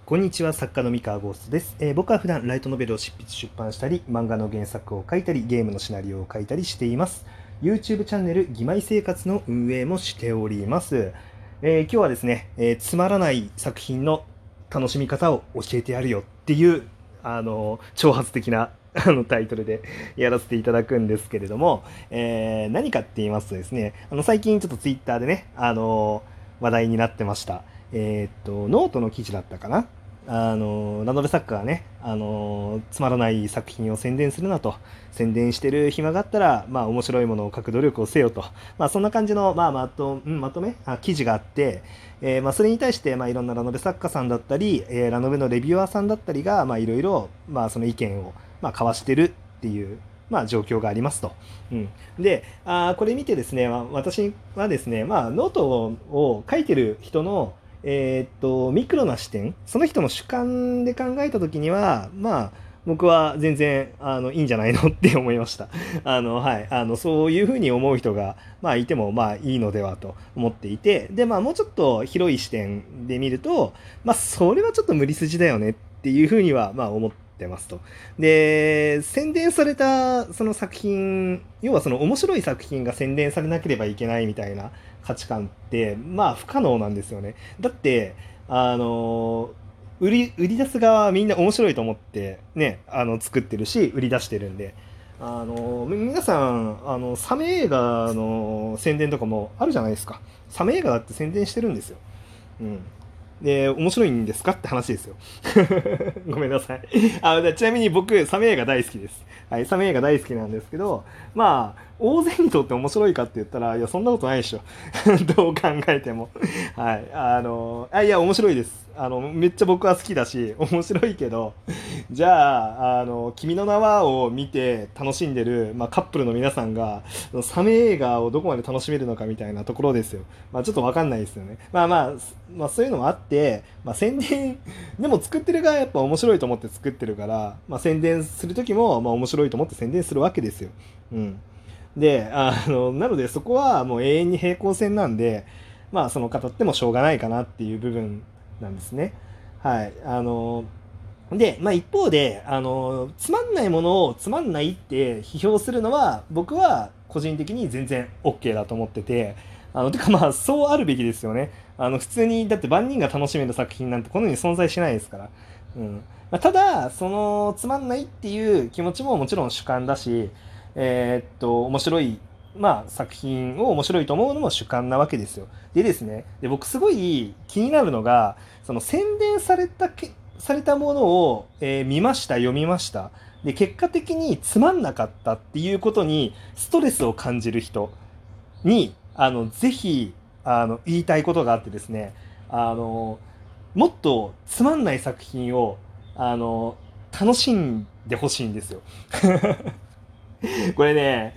こんにちは、作家の三河ゴーストです。僕は普段ライトノベルを執筆出版したり、漫画の原作を書いたり、ゲームのシナリオを書いたりしています。YouTube チャンネル、義妹生活の運営もしております。今日はですね、つまらない作品の楽しみ方を教えてやるよっていう、挑発的なタイトルでやらせていただくんですけれども、何かって言いますとですね、最近ちょっと Twitter でね、話題になってました。ノートの記事だったかな。ラノベ作家がね、つまらない作品を宣伝するなと、宣伝してる暇があったら、まあ、面白いものを書く努力をせよと、まあ、そんな感じの、まあ、まとめ記事があって、まあ、それに対して、まあ、いろんなラノベ作家さんだったり、ラノベのレビュアーさんだったりが、まあ、いろいろ、まあ、その意見を、まあ、交わしてるっていう、まあ、状況がありますと。で、これ見てですね、私はですね、まあ、ノートを書いてる人の、ミクロな視点、その人の主観で考えたときには、まあ、僕は全然、いいんじゃないのって思いました。はい。そういうふうに思う人が、まあ、いても、まあ、いいのではと思っていて、で、まあ、もうちょっと広い視点で見ると、まあ、それはちょっと無理筋だよねっていうふうには、まあ、思ってますと。で、宣伝されたその作品、要はその面白い作品が宣伝されなければいけないみたいな価値観って、まあ不可能なんですよね。だって、あの、売り出す側はみんな面白いと思ってね、作ってるし、売り出してるんで、皆さん、サメ映画の宣伝とかもあるじゃないですか。サメ映画だって宣伝してるんですよ。うん。で、面白いんですかって話ですよ。ごめんなさい。ちなみに僕、サメ映画大好きです。はい、サメ映画大好きなんですけど、まあ、大勢にとって面白いかって言ったら、いや、そんなことないでしょ。どう考えても。はい。いや、面白いです。めっちゃ僕は好きだし、面白いけど、じゃあ、君の名はを見て楽しんでる、まあ、カップルの皆さんが、サメ映画をどこまで楽しめるのかみたいなところですよ。まあ、ちょっとわかんないですよね。まあ、そういうのもあって、まあ、宣伝、でも作ってる側はやっぱ面白いと思って作ってるから、まあ、宣伝する時も、まあ、面白いと思って宣伝するわけですよ。うん。で、なのでそこはもう永遠に平行線なんで、まあ、その語ってもしょうがないかなっていう部分なんですね。はい。で、まあ一方で、つまんないものをつまんないって批評するのは、僕は個人的に全然 OK だと思ってて、てかまあそうあるべきですよね。普通に、だって万人が楽しめる作品なんてこの世に存在しないですから。うん。まあ、ただ、その、つまんないっていう気持ちももちろん主観だし、面白い、まあ作品を面白いと思うのも主観なわけですよ。でですね、で、僕すごい気になるのが、その宣伝されたものを、見ました、読みました。で、結果的につまんなかったっていうことにストレスを感じる人に、ぜひ、言いたいことがあってですね、もっとつまんない作品を、楽しんでほしいんですよ。これね、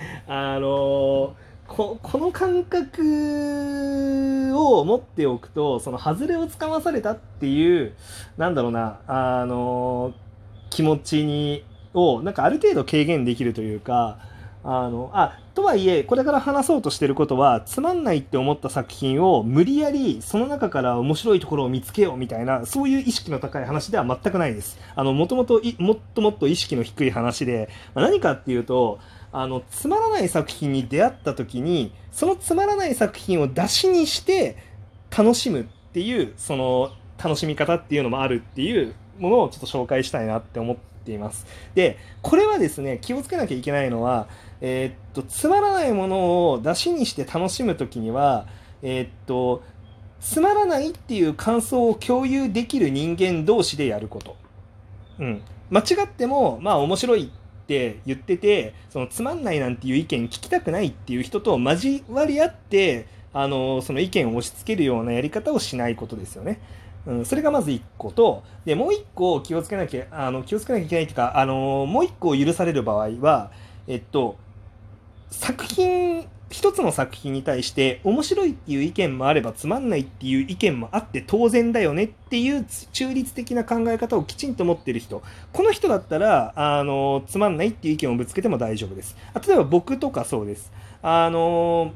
この感覚を持っておくと、その外れをつかまされたっていう、なんだろうな、気持ちなんかある程度軽減できるというか、とはいえ、これから話そうとしてることは、つまんないって思った作品を無理やりその中から面白いところを見つけようみたいな、そういう意識の高い話では全くないです。もともともっともっと意識の低い話で、何かっていうと、つまらない作品に出会った時に、そのつまらない作品を出しにして楽しむっていう、その楽しみ方っていうのもあるっていうものをちょっと紹介したいなって思っています。で、これはですね、気をつけなきゃいけないのは、つまらないものを出しにして楽しむときには、つまらないっていう感想を共有できる人間同士でやること。うん。間違っても、まあ面白いって言ってて、そのつまんないなんていう意見聞きたくないっていう人と交わり合って、その意見を押し付けるようなやり方をしないことですよね。うん、それがまず一個と、で、もう一個気をつけなきゃいけないっていうか、もう一個許される場合は、えっと、作品一つの作品に対して面白いっていう意見もあればつまんないっていう意見もあって当然だよねっていう中立的な考え方をきちんと持っている人、この人だったらつまんないっていう意見をぶつけても大丈夫です。例えば僕とかそうです。あの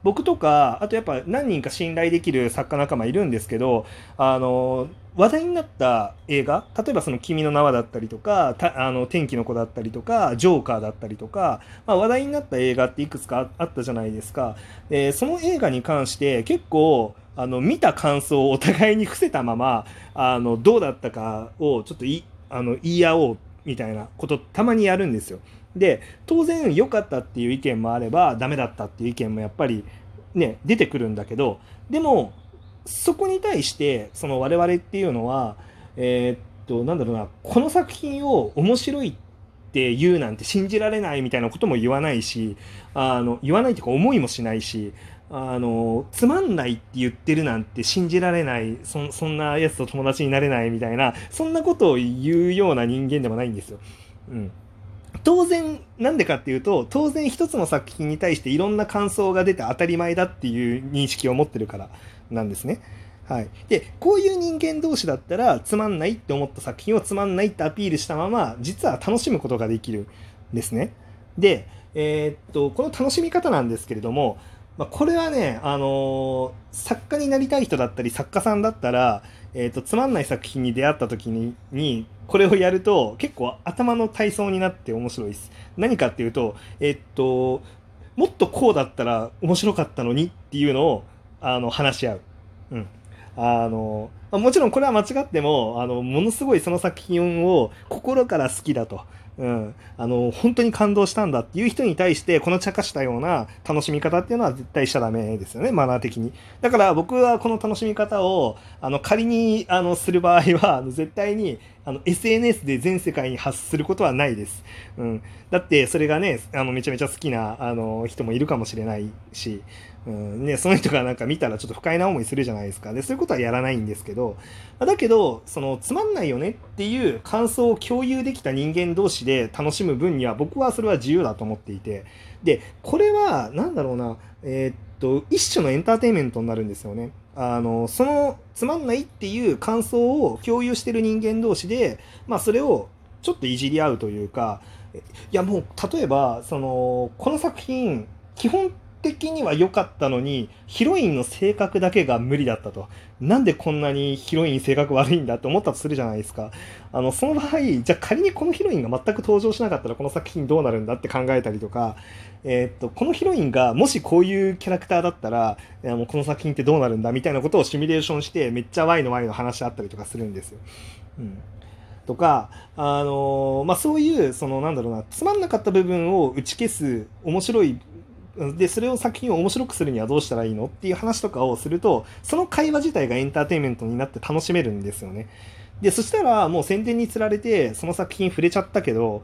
僕とか、あとやっぱ何人か信頼できる作家仲間いるんですけど、話題になった映画、例えばその君の名はだったりとか、天気の子だったりとか、ジョーカーだったりとか、話題になった映画っていくつかあったじゃないですか。その映画に関して結構、見た感想をお互いに伏せたまま、どうだったかをちょっと言い合おうみたいなことたまにやるんですよ。で、当然良かったっていう意見もあればダメだったっていう意見もやっぱりね出てくるんだけど、でもそこに対してその我々っていうのはなんだろうな、この作品を面白いって言うなんて信じられないみたいなことも言わないし、言わないというか思いもしないし、つまんないって言ってるなんて信じられない、そんなやつと友達になれないみたいな、そんなことを言うような人間でもないんですよ。うん。当然、なんでかっていうと、当然一つの作品に対していろんな感想が出て当たり前だっていう認識を持ってるからなんですね。はい。で、こういう人間同士だったら、つまんないって思った作品をつまんないってアピールしたまま、実は楽しむことができるんですね。で、この楽しみ方なんですけれども、これはね、作家になりたい人だったり、作家さんだったら、つまんない作品に出会った時にこれをやると結構頭の体操になって面白いです。何かっていうと、もっとこうだったら面白かったのにっていうのを話し合う。うん。もちろんこれは間違ってもものすごいその作品を心から好きだと、うん、本当に感動したんだっていう人に対してこの茶化したような楽しみ方っていうのは絶対しちゃダメですよね、マナー的に。だから僕はこの楽しみ方を仮にする場合は絶対にSNS で全世界に発することはないです。うん、だってそれがねめちゃめちゃ好きな人もいるかもしれないし、うんね、その人がなんか見たらちょっと不快な思いするじゃないですか。で、そういうことはやらないんですけど、だけど、そのつまんないよねっていう感想を共有できた人間同士で楽しむ分には僕はそれは自由だと思っていて、で、これはなんだろうな、一種のエンターテインメントになるんですよね。そのつまんないっていう感想を共有してる人間同士で、それをちょっといじり合うというか、いやもう例えばこの作品基本的には良かったのにヒロインの性格だけが無理だったと、なんでこんなにヒロイン性格悪いんだって思ったとするじゃないですか。その場合じゃあ仮にこのヒロインが全く登場しなかったらこの作品どうなるんだって考えたりとか、このヒロインがもしこういうキャラクターだったらもうこの作品ってどうなるんだみたいなことをシミュレーションしてめっちゃワイのワイの話し合ったりとかするんですよ。うんとか、そういう、なんだろうな、つまんなかった部分を打ち消す、面白い、で、それを作品を面白くするにはどうしたらいいのっていう話とかをすると、その会話自体がエンターテインメントになって楽しめるんですよね。で、そしたらもう宣伝につられて、その作品触れちゃったけど、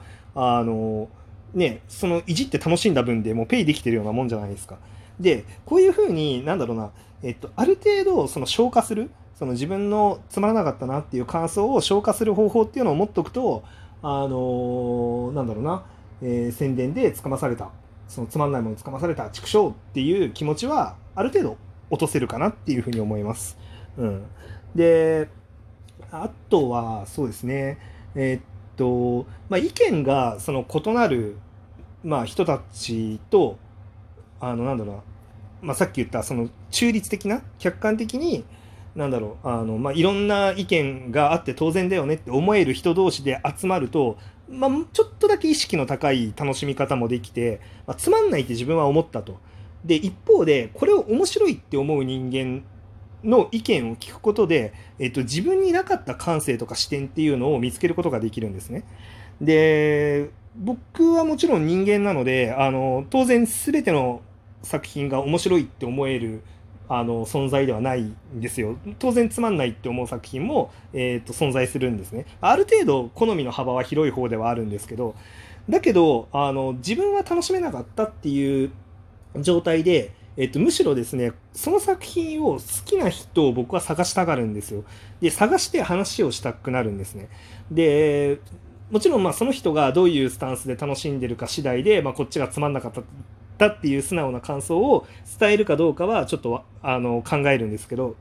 そのいじって楽しんだ分でもうペイできてるようなもんじゃないですか。で、こういうふうに、なんだろうな、ある程度、消化する、その自分のつまらなかったなっていう感想を消化する方法っていうのを持っておくと、なんだろうな、宣伝でつかまされた、そのつまんないものつかまされた、畜生っていう気持ちは、ある程度落とせるかなっていうふうに思います。うん。で、あとは、そうですね、意見が異なる、人たちと、なんだろうな、さっき言った中立的な客観的になんだろういろんな意見があって当然だよねって思える人同士で集まると、ちょっとだけ意識の高い楽しみ方もできて、つまんないって自分は思ったと。で一方でこれを面白いって思う人間の意見を聞くことで、自分になかった感性とか視点っていうのを見つけることができるんですね。で僕はもちろん人間なので当然全ての作品が面白いって思える存在ではないんですよ。当然つまんないって思う作品も、存在するんですね。ある程度好みの幅は広い方ではあるんですけど、だけど自分は楽しめなかったっていう状態で、むしろですねその作品を好きな人を僕は探したがるんですよ。で探して話をしたくなるんですね。でもちろんその人がどういうスタンスで楽しんでるか次第で、こっちがつまんなかったっていう素直な感想を伝えるかどうかはちょっと考えるんですけど、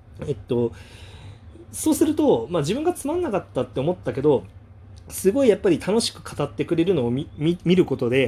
そうすると、自分がつまんなかったって思ったけどすごいやっぱり楽しく語ってくれるのを見ることで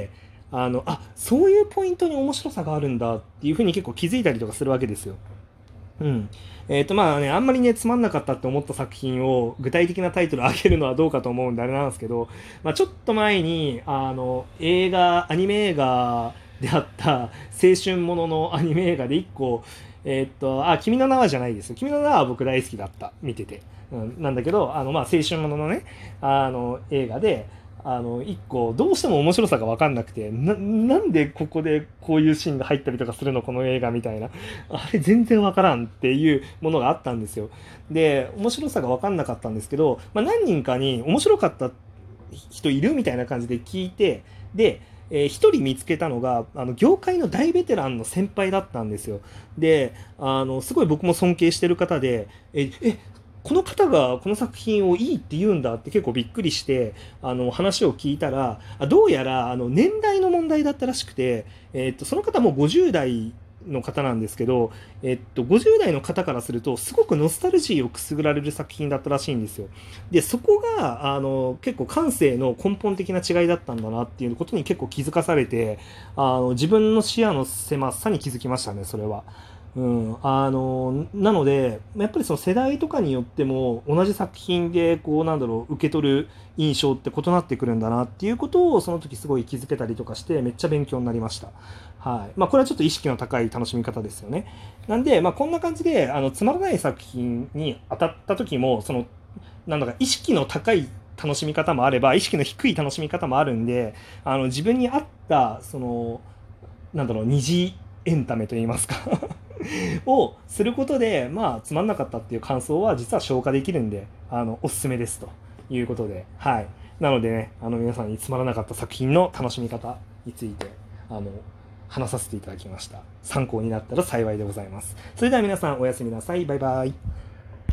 そういうポイントに面白さがあるんだっていうふうに結構気づいたりとかするわけですよ。うん。まあね、あんまりね、つまんなかったって思った作品を具体的なタイトル上げるのはどうかと思うんであれなんですけど、まあ、ちょっと前に、アニメ映画であった青春もののアニメ映画で一個、君の名はじゃないですよ。君の名は僕大好きだった。見てて。うん、なんだけど、まあ、青春もののね、映画で、一個どうしても面白さが分かんなくてなんでここでこういうシーンが入ったりとかするのこの映画みたいなあれ全然分からんっていうものがあったんですよ。で面白さが分かんなかったんですけど、まあ、何人かに面白かった人いるみたいな感じで聞いてで一人見つけたのが業界の大ベテランの先輩だったんですよ。ですごい僕も尊敬してる方でこの方がこの作品をいいって言うんだって結構びっくりして話を聞いたらどうやら年代の問題だったらしくて、その方も50代の方なんですけど、50代の方からするとすごくノスタルジーをくすぐられる作品だったらしいんですよ。でそこが結構感性の根本的な違いだったんだなっていうことに結構気づかされて自分の視野の狭さに気づきましたねそれは。うん、なのでやっぱりその世代とかによっても同じ作品でこうなんだろう受け取る印象って異なってくるんだなっていうことをその時すごい気づけたりとかしてめっちゃ勉強になりました。はいまあ、これはちょっと意識の高い楽しみ方ですよね。なんで、まあ、こんな感じでつまらない作品に当たった時もそのなんだか意識の高い楽しみ方もあれば意識の低い楽しみ方もあるんで自分に合ったそのなんだろう二次エンタメといいますかをすることでまあつまんなかったっていう感想は実は消化できるんでおすすめですということではいなのでね皆さんにつまらなかった作品の楽しみ方について話させていただきました。参考になったら幸いでございます。それでは皆さんおやすみなさい。バイバイ。